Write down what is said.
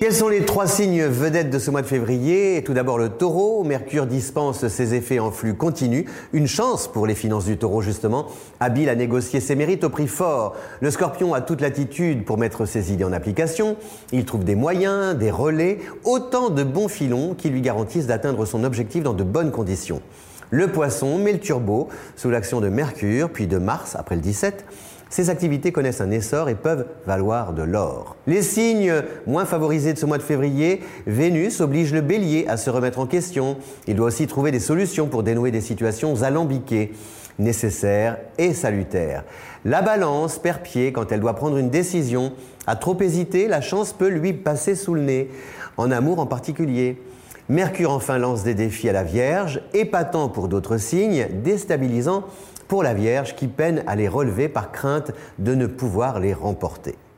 Quels sont les 3 signes vedettes de ce mois de février? Tout d'abord le taureau. Mercure dispense ses effets en flux continu. Une chance pour les finances du taureau justement. Habile à négocier ses mérites au prix fort. Le scorpion a toute l'attitude pour mettre ses idées en application. Il trouve des moyens, des relais, autant de bons filons qui lui garantissent d'atteindre son objectif dans de bonnes conditions. Le poisson met le turbo sous l'action de Mercure, puis de Mars après le 17. Ces activités connaissent un essor et peuvent valoir de l'or. Les signes moins favorisés de ce mois de février, Vénus oblige le bélier à se remettre en question. Il doit aussi trouver des solutions pour dénouer des situations alambiquées, nécessaires et salutaires. La balance perd pied quand elle doit prendre une décision. À trop hésiter, la chance peut lui passer sous le nez, en amour en particulier. Mercure enfin lance des défis à la Vierge, épatant pour d'autres signes, déstabilisant pour la Vierge qui peine à les relever par crainte de ne pouvoir les remporter.